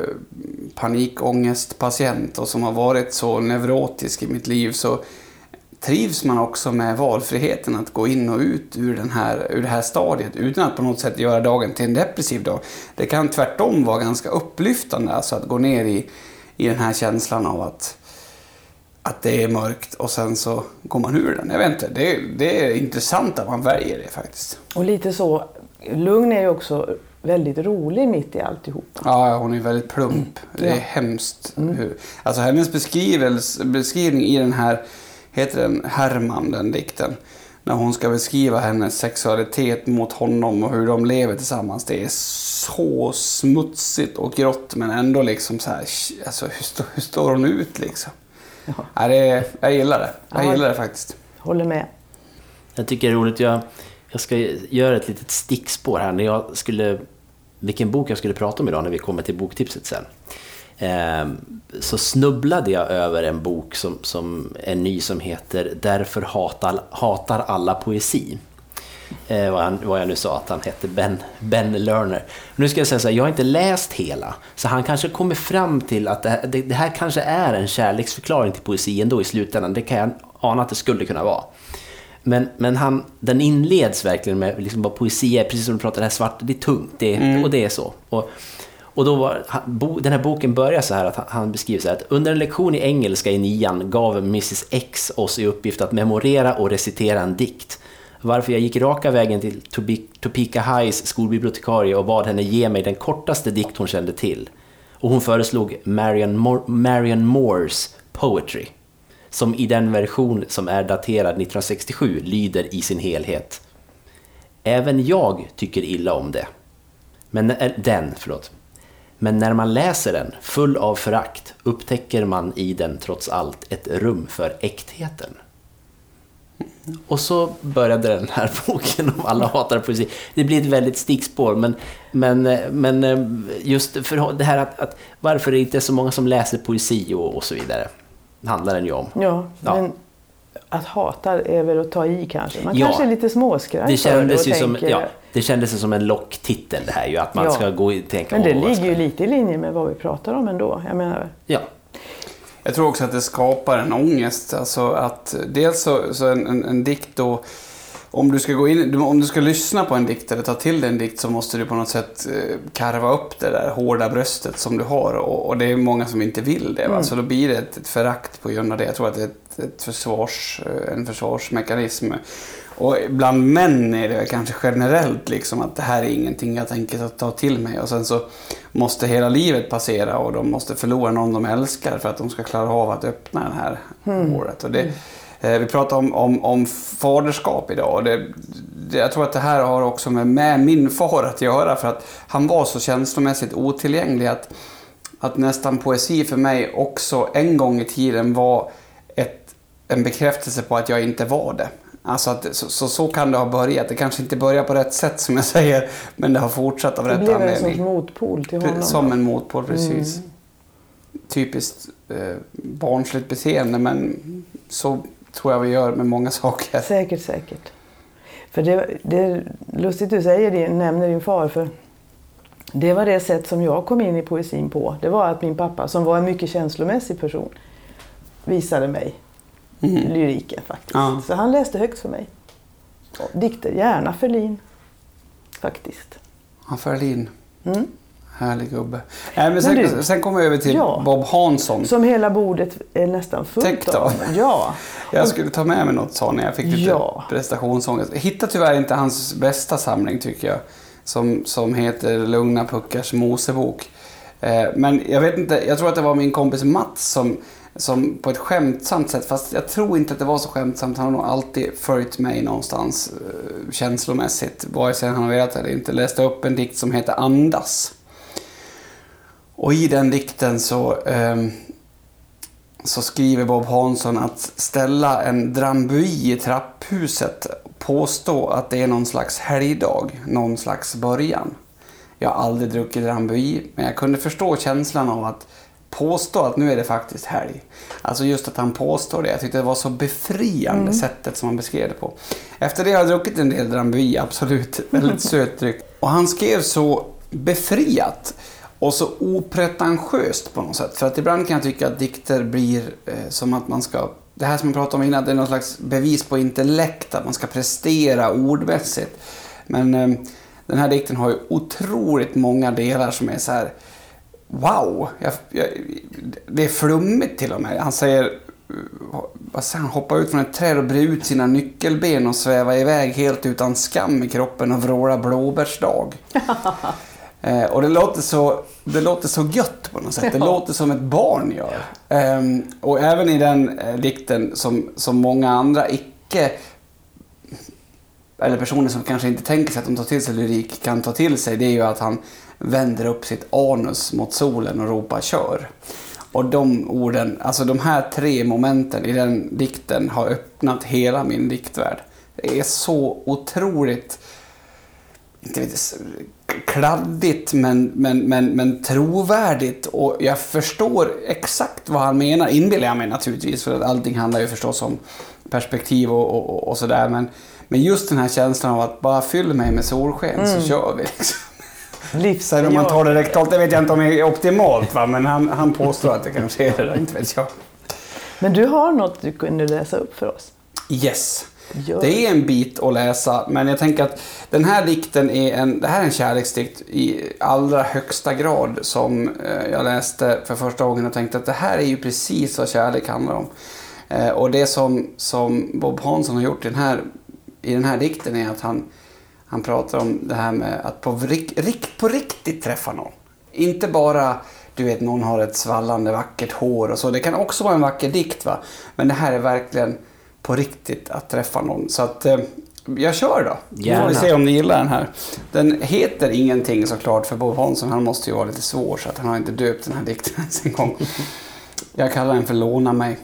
panikångestpatient och som har varit så neurotisk i mitt liv, så trivs man också med valfriheten att gå in och ut ur det här stadiet utan att på något sätt göra dagen till en depressiv dag. Det kan tvärtom vara ganska upplyftande, alltså att gå ner i den här känslan av att det är mörkt, och sen så går man ur den. Jag vet inte, det är intressant att man väljer det faktiskt. Och lite så, Lugn är ju också väldigt rolig mitt i alltihopa. Ja, hon är väldigt plump. Det är hemskt. Alltså hennes beskrivning i den här, heter den Herman, den dikten, när hon ska beskriva hennes sexualitet mot honom och hur de lever tillsammans. Det är så smutsigt och grått, men ändå liksom så här, alltså hur står hon ut liksom? Ja. Jag gillar det. Jag gillar det faktiskt. Håller med. Jag tycker det är roligt. Jag ska göra ett litet stickspår här. När jag skulle vilken bok jag skulle prata om idag när vi kommer till boktipset sen. Så snubblade jag över en bok som är ny som heter Därför hatar alla poesi. Vad jag nu sa att han hette Ben Lerner. Nu ska jag säga så här, jag har inte läst hela, så han kanske kommer fram till att det här kanske är en kärleksförklaring till poesi ändå i slutändan. Det kan jag ana att det skulle kunna vara. Men den inleds verkligen med liksom vad poesi är, precis som du pratar, det här svart, det är tungt, och det är så. Och då den här boken börjar så här att han beskriver så här att under en lektion i engelska i 9:an gav Mrs X oss i uppgift att memorera och recitera en dikt. Varför jag gick raka vägen till Topeka Highs skolbibliotekarie och bad henne ge mig den kortaste dikt hon kände till. Och hon föreslog Marion Moores Poetry, som i den version som är daterad 1967 lyder i sin helhet. Även jag tycker illa om det. Men när man läser den full av förakt upptäcker man i den trots allt ett rum för äktheten. Och så började den här boken om alla hatar poesi. Det blir ett väldigt stickspår, men just för det här att varför det inte är så många som läser poesi och så vidare handlar den ju om. Ja, men att hata är väl att ta i kanske. Man kanske är lite småskraj. Det kändes som en locktitel det här ju, att man ska gå och tänka. Men det ligger ju lite i linje med vad vi pratar om ändå. Jag menar. Ja. Jag tror också att det skapar en ångest. Alltså att dels så en dikt då, om du ska lyssna på en dikt eller ta till en dikt, så måste du på något sätt karva upp det där hårda bröstet som du har, och det är många som inte vill det. Va? Så då blir det ett förakt på grund av det. Jag tror att det är en försvarsmekanism. Och bland män är det kanske generellt liksom att det här är ingenting jag tänker ta till mig, och sen så måste hela livet passera och de måste förlora någon de älskar för att de ska klara av att öppna den här året. Och vi pratar om faderskap idag, och jag tror att det här har också med min far att göra, för att han var så känslomässigt otillgänglig att nästan poesi för mig också en gång i tiden var en bekräftelse på att jag inte var det. Alltså att så kan det ha börjat. Det kanske inte börjar på rätt sätt som jag säger, men det har fortsatt av rätt anledning. Det blev en motpol till honom. Som en motpol, precis. Typiskt barnsligt beteende, men så tror jag vi gör med många saker. Säkert. För det är lustigt du nämner din far, för det var det sätt som jag kom in i poesin på. Det var att min pappa, som var en mycket känslomässig person, visade mig lyriken faktiskt. Ja. Så han läste högt för mig. Och dikter, gärna Ferlin faktiskt. Ja, Ferlin. Härlig gubbe. Men sen kommer vi över till Bob Hansson. Som hela bordet är nästan fullt av. Ja. Jag skulle ta med mig något sånt när jag fick lite prestationsångest. Jag hittade tyvärr inte hans bästa samling, tycker jag. Som heter Lugna Puckars Mosebok. Men jag vet inte, jag tror att det var min kompis Mats som på ett skämtsamt sätt, fast jag tror inte att det var så skämtsamt, han har nog alltid följt mig någonstans känslomässigt, vare sig han har velat eller inte, läste upp en dikt som heter Andas. Och i den dikten så skriver Bob Hansson att ställa en drambui i trapphuset, påstå att det är någon slags helgdag, någon slags början. Jag har aldrig druckit drambui, men jag kunde förstå känslan av att påstå att nu är det faktiskt helg. Alltså just att han påstår det. Jag tyckte det var så befriande sättet som han beskrev det på. Efter det har jag druckit en del drambui, absolut. Väldigt söt dryck. Och han skrev så befriat och så opretentiöst på något sätt. För att ibland kan jag tycka att dikter blir som att man ska... Det här som man pratade om innan, det är någon slags bevis på intellekt, att man ska prestera ordmässigt. Men den här dikten har ju otroligt många delar som är så här... Wow, det är flummigt till och med. Han säger, han hoppar ut från ett träd och brer ut sina nyckelben och svävar iväg helt utan skam i kroppen och vrålar blåbärsdag. Och det låter så gött på något sätt. Det låter som ett barn gör. Och även i den dikten som många andra eller personer som kanske inte tänker sig att de tar till sig lyrik kan ta till sig, det är ju att han vänder upp sitt anus mot solen och ropar kör. Och de orden, alltså de här 3 momenten i den dikten har öppnat hela min diktvärld. Det är så otroligt, inte vet, kladdigt men trovärdigt, och jag förstår exakt vad han menar, inbillar jag mig naturligtvis, för att allting handlar ju förstås om perspektiv och sådär, men just den här känslan av att bara fylla mig med solsken så kör vi liksom. Sen om man tar det rektalt, det vet jag inte om det är optimalt, va? Men han påstår att det kanske är det, inte vet jag. Men du har något du kunde läsa upp för oss? Yes. Det är en bit att läsa, men jag tänker att den här dikten det här är en kärleksdikt i allra högsta grad, som jag läste för första gången och tänkte att det här är ju precis vad kärlek handlar om. Och det som Bob Hansson har gjort i den här dikten är att han pratar om det här med att på riktigt träffa någon. Inte bara, du vet, någon har ett svallande vackert hår och så. Det kan också vara en vacker dikt, va? Men det här är verkligen på riktigt att träffa någon. Så att jag kör då. Gärna. Får vi se om ni gillar den här. Den heter ingenting såklart, för Bob Hansson, han måste ju vara lite svår, så att han har inte döpt den här dikten ens en gång. Jag kallar den för Låna mig.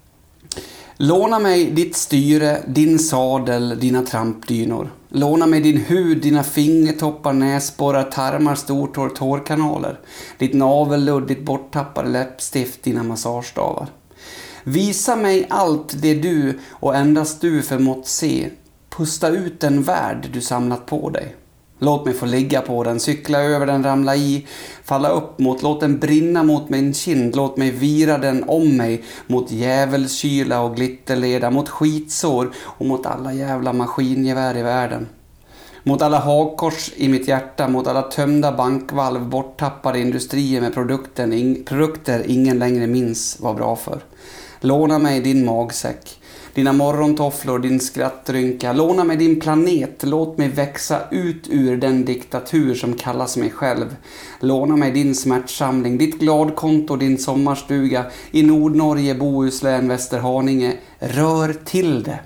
Låna mig ditt styre, din sadel, dina trampdynor. Låna mig din hud, dina fingertoppar, näsborrar, tarmar, stortår, tårkanaler. Ditt navelludd, ditt borttappade läppstift, dina massagestavar. Visa mig allt det du och endast du förmått se. Pusta ut den värld du samlat på dig. Låt mig få ligga på den, cykla över den, ramla i, falla upp mot, låt den brinna mot min kind, låt mig vira den om mig mot djävulskyla och glitterleda, mot skitsår och mot alla jävla maskingevär i världen. Mot alla hagkors i mitt hjärta, mot alla tömda bankvalv, borttappade industrier med produkter ingen längre minns var bra för. Låna mig din magsäck, dina morgontofflor, din skrattrynka. Låna mig din planet, låt mig växa ut ur den diktatur som kallas mig själv. Låna mig din smärtsamling, ditt gladkonto, din sommarstuga i Nordnorge, Bohuslän, Västerhaninge. Rör till det.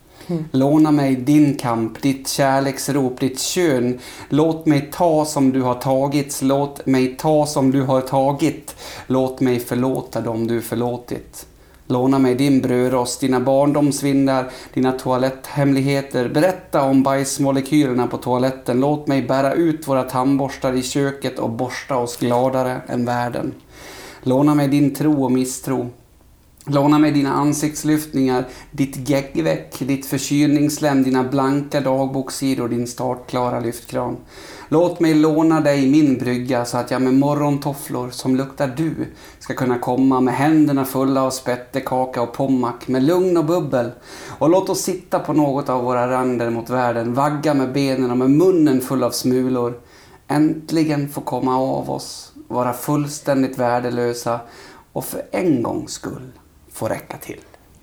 Låna mig din kamp, ditt kärleksrop, ditt kön. Låt mig ta som du har tagits, låt mig ta som du har tagit. Låt mig förlåta dem du förlåtit. Låna mig din brödrost, dina barndomsvindar, dina toaletthemligheter. Berätta om bajsmolekylerna på toaletten. Låt mig bära ut våra tandborstar i köket och borsta oss gladare än världen. Låna mig din tro och misstro. Låna mig dina ansiktslyftningar, ditt geggveck, ditt förkylningslem, dina blanka dagbokssidor, din startklara lyftkran. Låt mig låna dig min brygga så att jag med morgontofflor som luktar du ska kunna komma med händerna fulla av spettekaka och pommack med lugn och bubbel. Och låt oss sitta på något av våra rander mot världen, vagga med benen och med munnen full av smulor. Äntligen få komma av oss, vara fullständigt värdelösa och för en gångs skull få räcka till.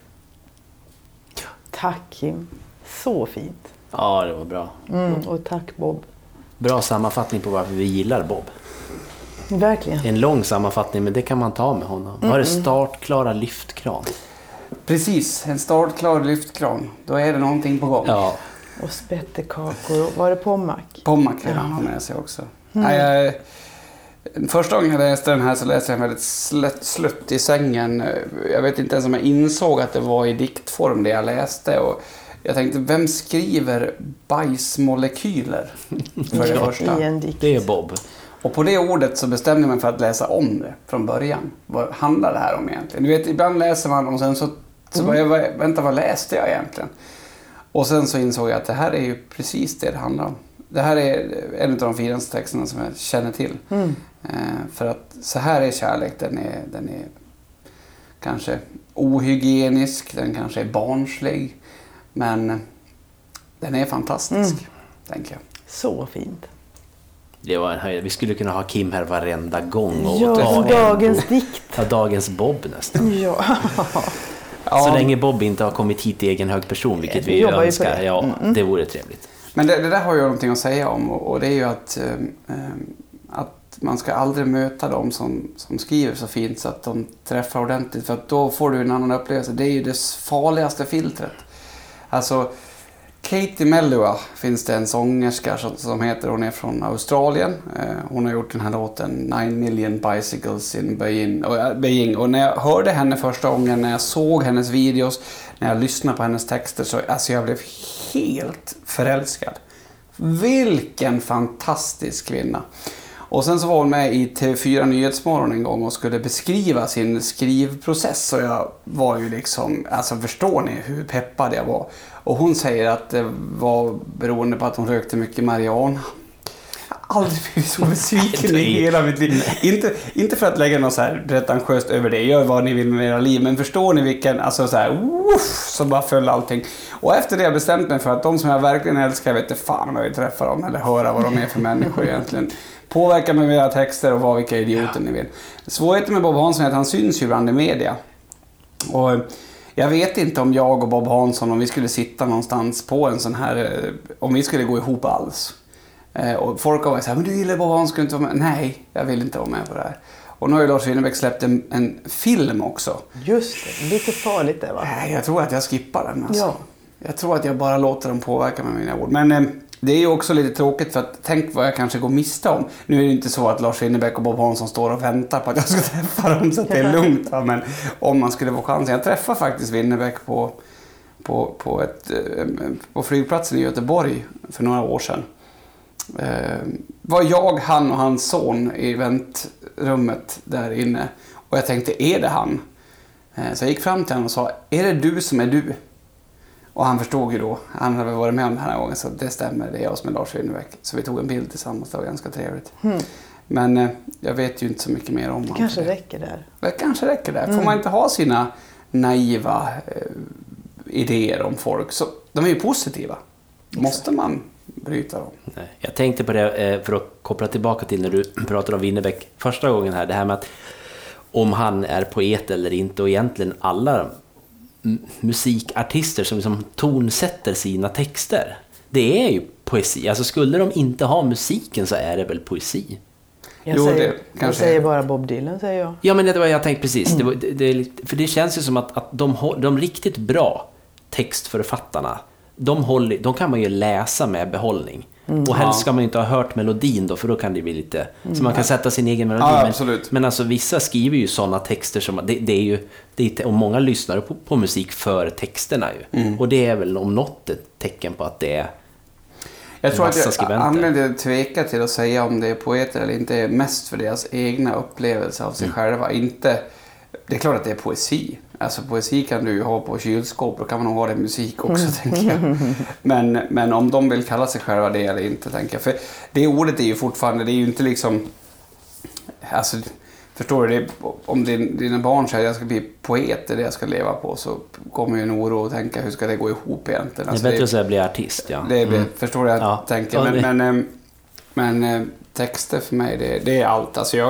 Tack Kim, så fint. Ja, det var bra. Och tack Bob. Bra sammanfattning på varför vi gillar Bob. Verkligen. En lång sammanfattning, men det kan man ta med honom. Var det startklara lyftkran? Precis, en startklar lyftkran. Då är det någonting på gång. Ja. Och spettekakor. Var det pommack? Pommack vill han ha med sig också. Första gången jag läste den här så läste jag väldigt slött i sängen. Jag vet inte ens om jag insåg att det var i diktform det jag läste. Och jag tänkte, vem skriver bajsmolekyler för det första? I en dikt. Det är Bob. Och på det ordet så bestämde jag mig för att läsa om det från början. Vad handlar det här om egentligen? Du vet, ibland läser man och sen så vänta, vad läste jag egentligen? Och sen så insåg jag att det här är ju precis det handlar om. Det här är en av de finaste texterna som jag känner till. För att så här är kärlek. Den är kanske ohygienisk, den kanske är barnslig. Men den är fantastisk, tänker jag. Så fint. Det var en höjd. Vi skulle kunna ha Kim här varenda gång. Och Ja, dagens dikt. Ta dagens Bob nästan. Ja. Så länge Bob inte har kommit hit i egen hög person, vilket vi önskar. Ja, det vore trevligt. Men det där har jag någonting att säga om. Och det är ju att man ska aldrig möta dem som skriver så fint så att de träffar ordentligt. För att då får du en annan upplevelse. Det är ju det farligaste filtret. Alltså, Katie Melua finns det en sångerska som heter, hon är från Australien. Hon har gjort den här låten 9 Million Bicycles in Beijing. Och när jag hörde henne första gången, när jag såg hennes videos, när jag lyssnade på hennes texter, så alltså jag blev helt förälskad. Vilken fantastisk kvinna. Och sen så var hon med i TV4 Nyhetsmorgon en gång och skulle beskriva sin skrivprocess. Och jag var ju liksom, alltså förstår ni hur peppad jag var? Och hon säger att det var beroende på att hon rökte mycket marijuana. Jag har aldrig blivit så besviken i hela mitt liv. Inte för att lägga något så här pretentiöst över det. Gör vad ni vill med era liv. Men förstår ni vilken, alltså så här, så bara föll allting. Och efter det har jag bestämt mig för att de som jag verkligen älskar, jag vet inte fan om jag vill träffa dem eller höra vad de är för människor egentligen. Påverka med era texter och vara vilka idioter ni vill. Svårigheten med Bob Hansson är att han syns ju ibland i media. Och jag vet inte om jag och Bob Hansson, om vi skulle sitta någonstans på en sån här, om vi skulle gå ihop alls. Och folk har varit så här, men du gillar Bob Hansson, ska du inte vara med? Nej, jag vill inte vara med på det här. Och nu har ju Lars Winnerbäck släppt en film också. Just det, lite farligt det va? Nej, jag tror att jag skippar den alltså. Ja. Jag tror att jag bara låter dem påverka med mina ord. Men det är ju också lite tråkigt för att tänk vad jag kanske går miste om. Nu är det inte så att Lars Winnerbäck och Bob Hansson står och väntar på att jag ska träffa dem så att det är lugnt. Va? Men om man skulle få chansen. Jag träffade faktiskt Winnerbäck på flygplatsen i Göteborg för några år sedan. Var jag, han och hans son i väntrummet där inne. Och jag tänkte, är det han? Så jag gick fram till honom och sa, är det du som är du? Och han förstod ju då, han hade varit med om den här gången, så det stämmer, det är jag som är Lars Winnerbäck. Så vi tog en bild tillsammans, det var ganska trevligt. Men jag vet ju inte så mycket mer om honom. Det kanske räcker där. Det kanske räcker där. Får man inte ha sina naiva idéer om folk, så de är ju positiva. Måste man bryta dem? Nej, jag tänkte på det för att koppla tillbaka till när du pratade om Winnerbäck första gången här. Det här med att om han är poet eller inte, och egentligen alla musikartister som tonsätter sina texter. Det är ju poesi. Alltså skulle de inte ha musiken så är det väl poesi. Jag säger bara Bob Dylan, säger jag. Ja, men det var jag tänkte precis. För det känns ju som att de riktigt bra textförfattarna, de kan man ju läsa med behållning. Och helst ska man ju inte ha hört melodin då, för då kan det bli lite så man kan sätta sin egen melodi. Ja, absolut. Men alltså vissa skriver ju sådana texter som och många lyssnar på musik för texterna ju. Och det är väl om något ett tecken på att det är jag tror att jag använder tveka till att säga om det är poeter eller inte, är mest för deras egna upplevelser av sig själva. Inte, det är klart att det är poesi. Alltså poesi kan du ju ha på kylskåp, då kan man nog ha det i musik också, tänker jag. Men om de vill kalla sig själva det eller inte, tänker jag. För det ordet är ju fortfarande, det är ju inte liksom, alltså förstår du det, om dina barn säger att jag ska bli poet, det är det jag ska leva på, så kommer ju en oro och tänka, hur ska det gå ihop egentligen? Alltså, det är bättre att säga bli artist, ja. Förstår du jag tänker? Men texter för mig, det är allt. Alltså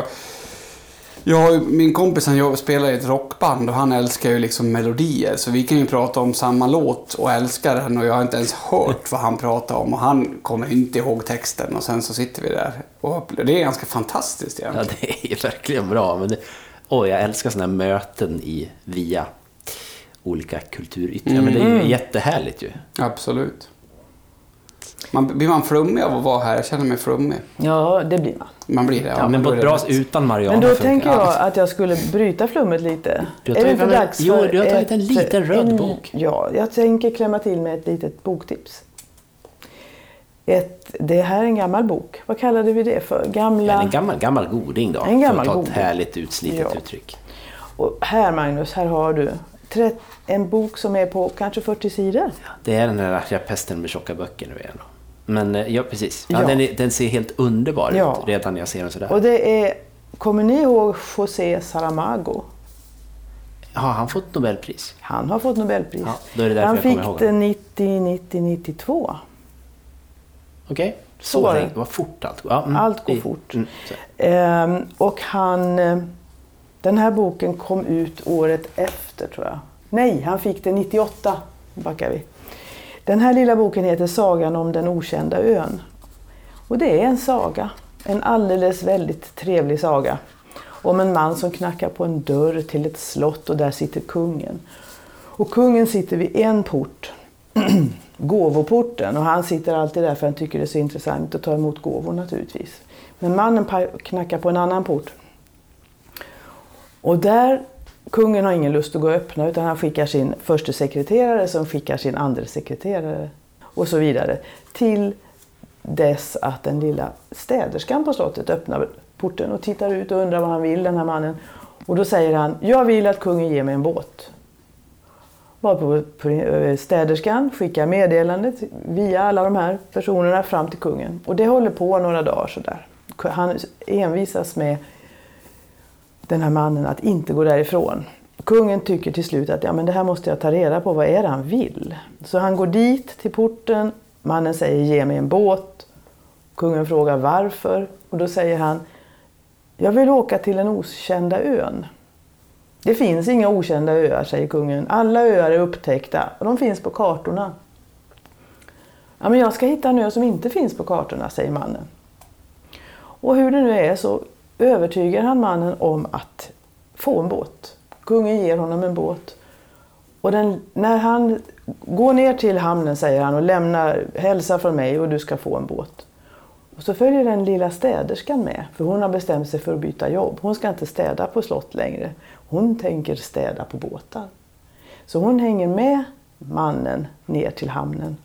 min kompis han spelar i ett rockband och han älskar ju liksom melodier, så vi kan ju prata om samma låt och älskar den, och jag har inte ens hört vad han pratar om och han kommer inte ihåg texten, och sen så sitter vi där och det är ganska fantastiskt egentligen. Ja, det är verkligen bra, men jag älskar såna här möten via olika kulturyttringar, men det är ju jättehärligt ju. Absolut. Blir man flummig av att vara här? Jag känner mig flummig. Ja, det blir man. Man blir det, ja. Men på ett bra utan marijuana. Men då tänker jag att jag skulle bryta flummet lite. Du har tagit en liten röd bok. Ja, jag tänker klämma till med ett litet boktips. Det här är en gammal bok. Vad kallade vi det för? En gammal goding då. En gammal för att ta goding. ett härligt utslitet uttryck. Och här, Magnus, här har du en bok som är på kanske 40 sidor. Det är den här pesten med tjocka böcker nu igen. Men ja, precis. Ja, den ser helt underbar ut redan när jag ser den sådär. Och det är, kommer ni ihåg José Saramago? Har han fått Nobelpris? Han har fått Nobelpris. Ja, då är det därför han jag kommer ihåg. fick det 92. Okej, så det var fort allt. Ja, allt går fort. Och den här boken kom ut året efter, tror jag. Nej, han fick det 98, backar vi. Den här lilla boken heter Sagan om den okända ön. Och det är en saga, en alldeles väldigt trevlig saga. Om en man som knackar på en dörr till ett slott och där sitter kungen. Och kungen sitter vid en port, gåvoporten, och han sitter alltid där för han tycker det är så intressant att ta emot gåvor naturligtvis. Men mannen knackar på en annan port. Och där, kungen har ingen lust att gå och öppna, utan han skickar sin första sekreterare som skickar sin andra sekreterare och så vidare till dess att den lilla städerskan på slottet öppnar porten och tittar ut och undrar vad han vill, den här mannen. Och då säger han, jag vill att kungen ger mig en båt. Varpå städerskan skickar meddelandet via alla de här personerna fram till kungen. Och det håller på några dagar sådär. Han envisas med den här mannen att inte gå därifrån. Kungen tycker till slut att men det här måste jag ta reda på, vad är det han vill? Så han går dit till porten, mannen säger ge mig en båt. Kungen frågar varför och då säger han, jag vill åka till den okända ön. Det finns inga okända öar, säger kungen. Alla öar är upptäckta och de finns på kartorna. Ja, men jag ska hitta en ö som inte finns på kartorna, säger mannen. Och hur det nu är så övertygar han mannen om att få en båt. Kungen ger honom en båt. Och när han går ner till hamnen, säger han, och hälsa från mig och du ska få en båt. Och så följer den lilla städerskan med, för hon har bestämt sig för att byta jobb. Hon ska inte städa på slott längre. Hon tänker städa på båtar. Så hon hänger med mannen ner till hamnen.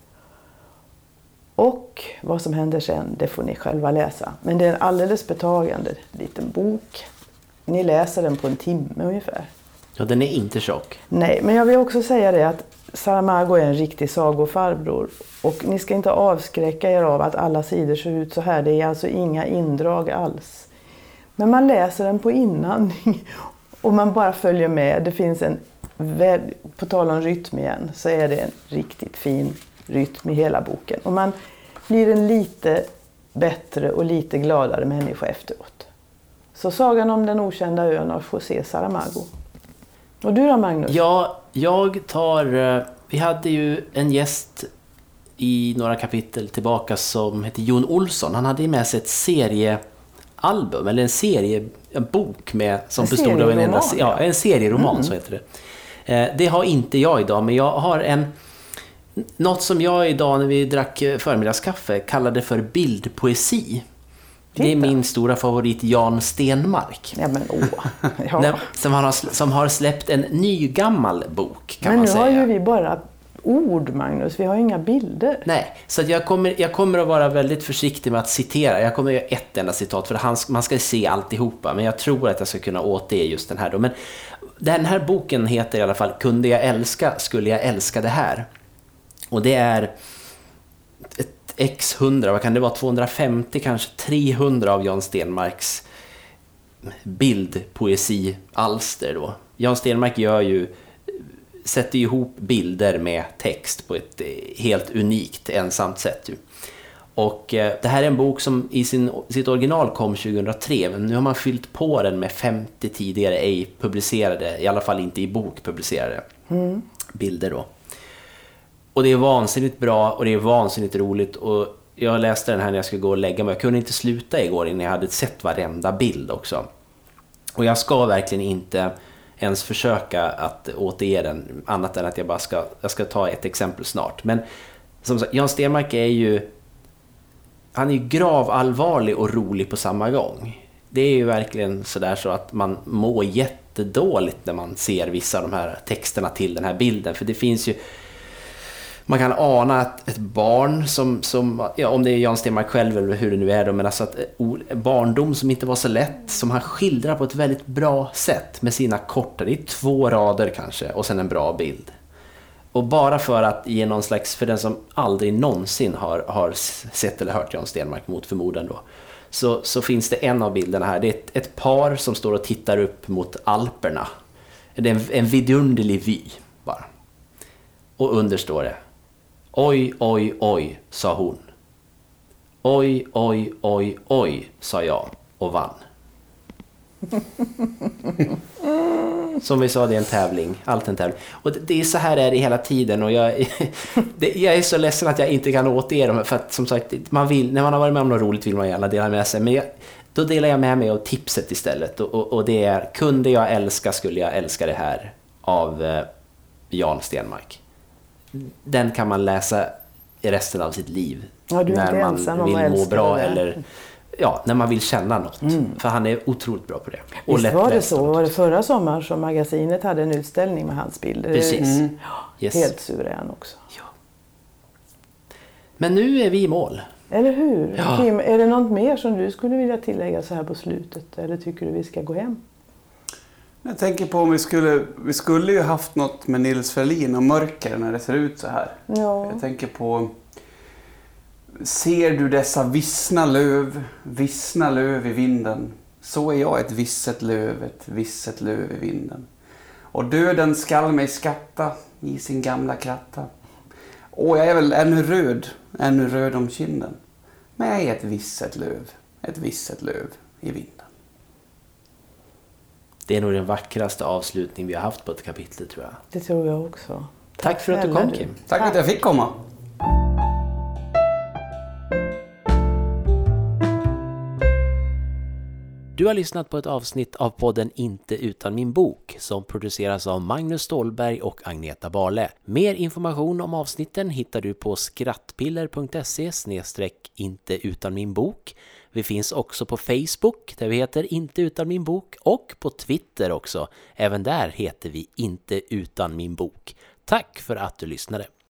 Och vad som händer sen, det får ni själva läsa. Men det är en alldeles betagande liten bok. Ni läser den på en timme ungefär. Ja, den är inte tjock. Nej, men jag vill också säga det att Saramago är en riktig sagofarbror. Och ni ska inte avskräcka er av att alla sidor ser ut så här. Det är alltså inga indrag alls. Men man läser den på inandning och man bara följer med. Det finns på tal om rytm igen, så är det en riktigt fin rytm i hela boken. Och man blir en lite bättre och lite gladare människa efteråt. Så Sagan om den okända ön av José Saramago. Och du då, Magnus? Ja, vi hade ju en gäst i några kapitel tillbaka som heter Jon Olsson. Han hade med sig ett seriealbum, eller en bok som bestod av en serieroman, så heter det. Det har inte jag idag, men jag har något som jag idag när vi drack förmiddagskaffe kallade för bildpoesi. Titta. Det är min stora favorit Jan Stenmark. Ja, men ja. Som har släppt en ny gammal bok, kan man säga. Men nu har ju vi bara ord, Magnus. Vi har inga bilder. Nej, så att jag kommer att vara väldigt försiktig med att citera. Jag kommer att göra ett enda citat, för man ska se alltihopa. Men jag tror att jag ska kunna återge just den här då. Men den här boken heter i alla fall Kunde jag älska, skulle jag älska det här. Och det är ett x100, vad kan det vara, 250, kanske 300 av Jan Stenmarks bildpoesi-alster då. Jan Stenmark sätter ihop bilder med text på ett helt unikt ensamt sätt. Och det här är en bok som i sitt original kom 2003, men nu har man fyllt på den med 50 tidigare ej publicerade, i alla fall inte i bok publicerade bilder då. Och det är vansinnigt bra och det är vansinnigt roligt, och jag läste den här när jag skulle gå och lägga mig. Jag kunde inte sluta igår innan jag hade sett varenda bild också. Och jag ska verkligen inte ens försöka att återge den, annat än att jag ska ta ett exempel snart. Men som sagt, Jan Stenmark han är ju gravallvarlig och rolig på samma gång. Det är ju verkligen sådär så att man mår jättedåligt när man ser vissa av de här texterna till den här bilden. För det finns ju, man kan ana att ett barn som om det är Jan Stenmark själv eller hur det nu är då, men alltså att barndom som inte var så lätt, som han skildrar på ett väldigt bra sätt med sina korta, det är 2 rader kanske, och sen en bra bild. Och bara för att ge någon slags, för den som aldrig någonsin har sett eller hört Jan Stenmark mot förmodan då, så finns det en av bilderna här. Det är ett par som står och tittar upp mot Alperna. Det är en vidunderlig vy bara. Och under står det: oj, oj, oj, sa hon. Oj, oj, oj, oj, sa jag och vann. Som vi sa, det är en tävling. Allt en tävling. Och det är så här är det hela tiden. Och jag är så ledsen att jag inte kan återge dem. För att som sagt, när man har varit med om något roligt vill man gärna dela med sig. Men då delar jag med mig av tipset istället. Och det är Kunde jag älska, skulle jag älska det här av Jan Stenmark. Den kan man läsa i resten av sitt liv. Ja, du är när man ensam vill må bra det. Eller när man vill känna något. För han är otroligt bra på det. Och visst var det så? Var det förra sommaren som magasinet hade en utställning med hans bilder? Precis. Yes. Helt suverän också. Ja. Men nu är vi i mål. Eller hur? Ja. Kim, är det något mer som du skulle vilja tillägga så här på slutet? Eller tycker du vi ska gå hem? Jag tänker på om vi skulle ju haft något med Nils Ferlin och mörker när det ser ut så här. Ja. Jag tänker på, ser du dessa vissna löv i vinden, så är jag ett visset löv i vinden. Och döden skall mig skatta i sin gamla kratta. Och jag är väl ännu röd om kinden. Men jag är ett visset löv i vinden. Det är nog den vackraste avslutning vi har haft på ett kapitel, tror jag. Det tror jag också. Tack för att du kom, Kim. Tack för att jag fick komma. Du har lyssnat på ett avsnitt av podden Inte utan min bok som produceras av Magnus Ståhlberg och Agneta Barle. Mer information om avsnitten hittar du på skrattpiller.se/inte utan min bok. Vi finns också på Facebook där vi heter Inte utan min bok och på Twitter också. Även där heter vi Inte utan min bok. Tack för att du lyssnade.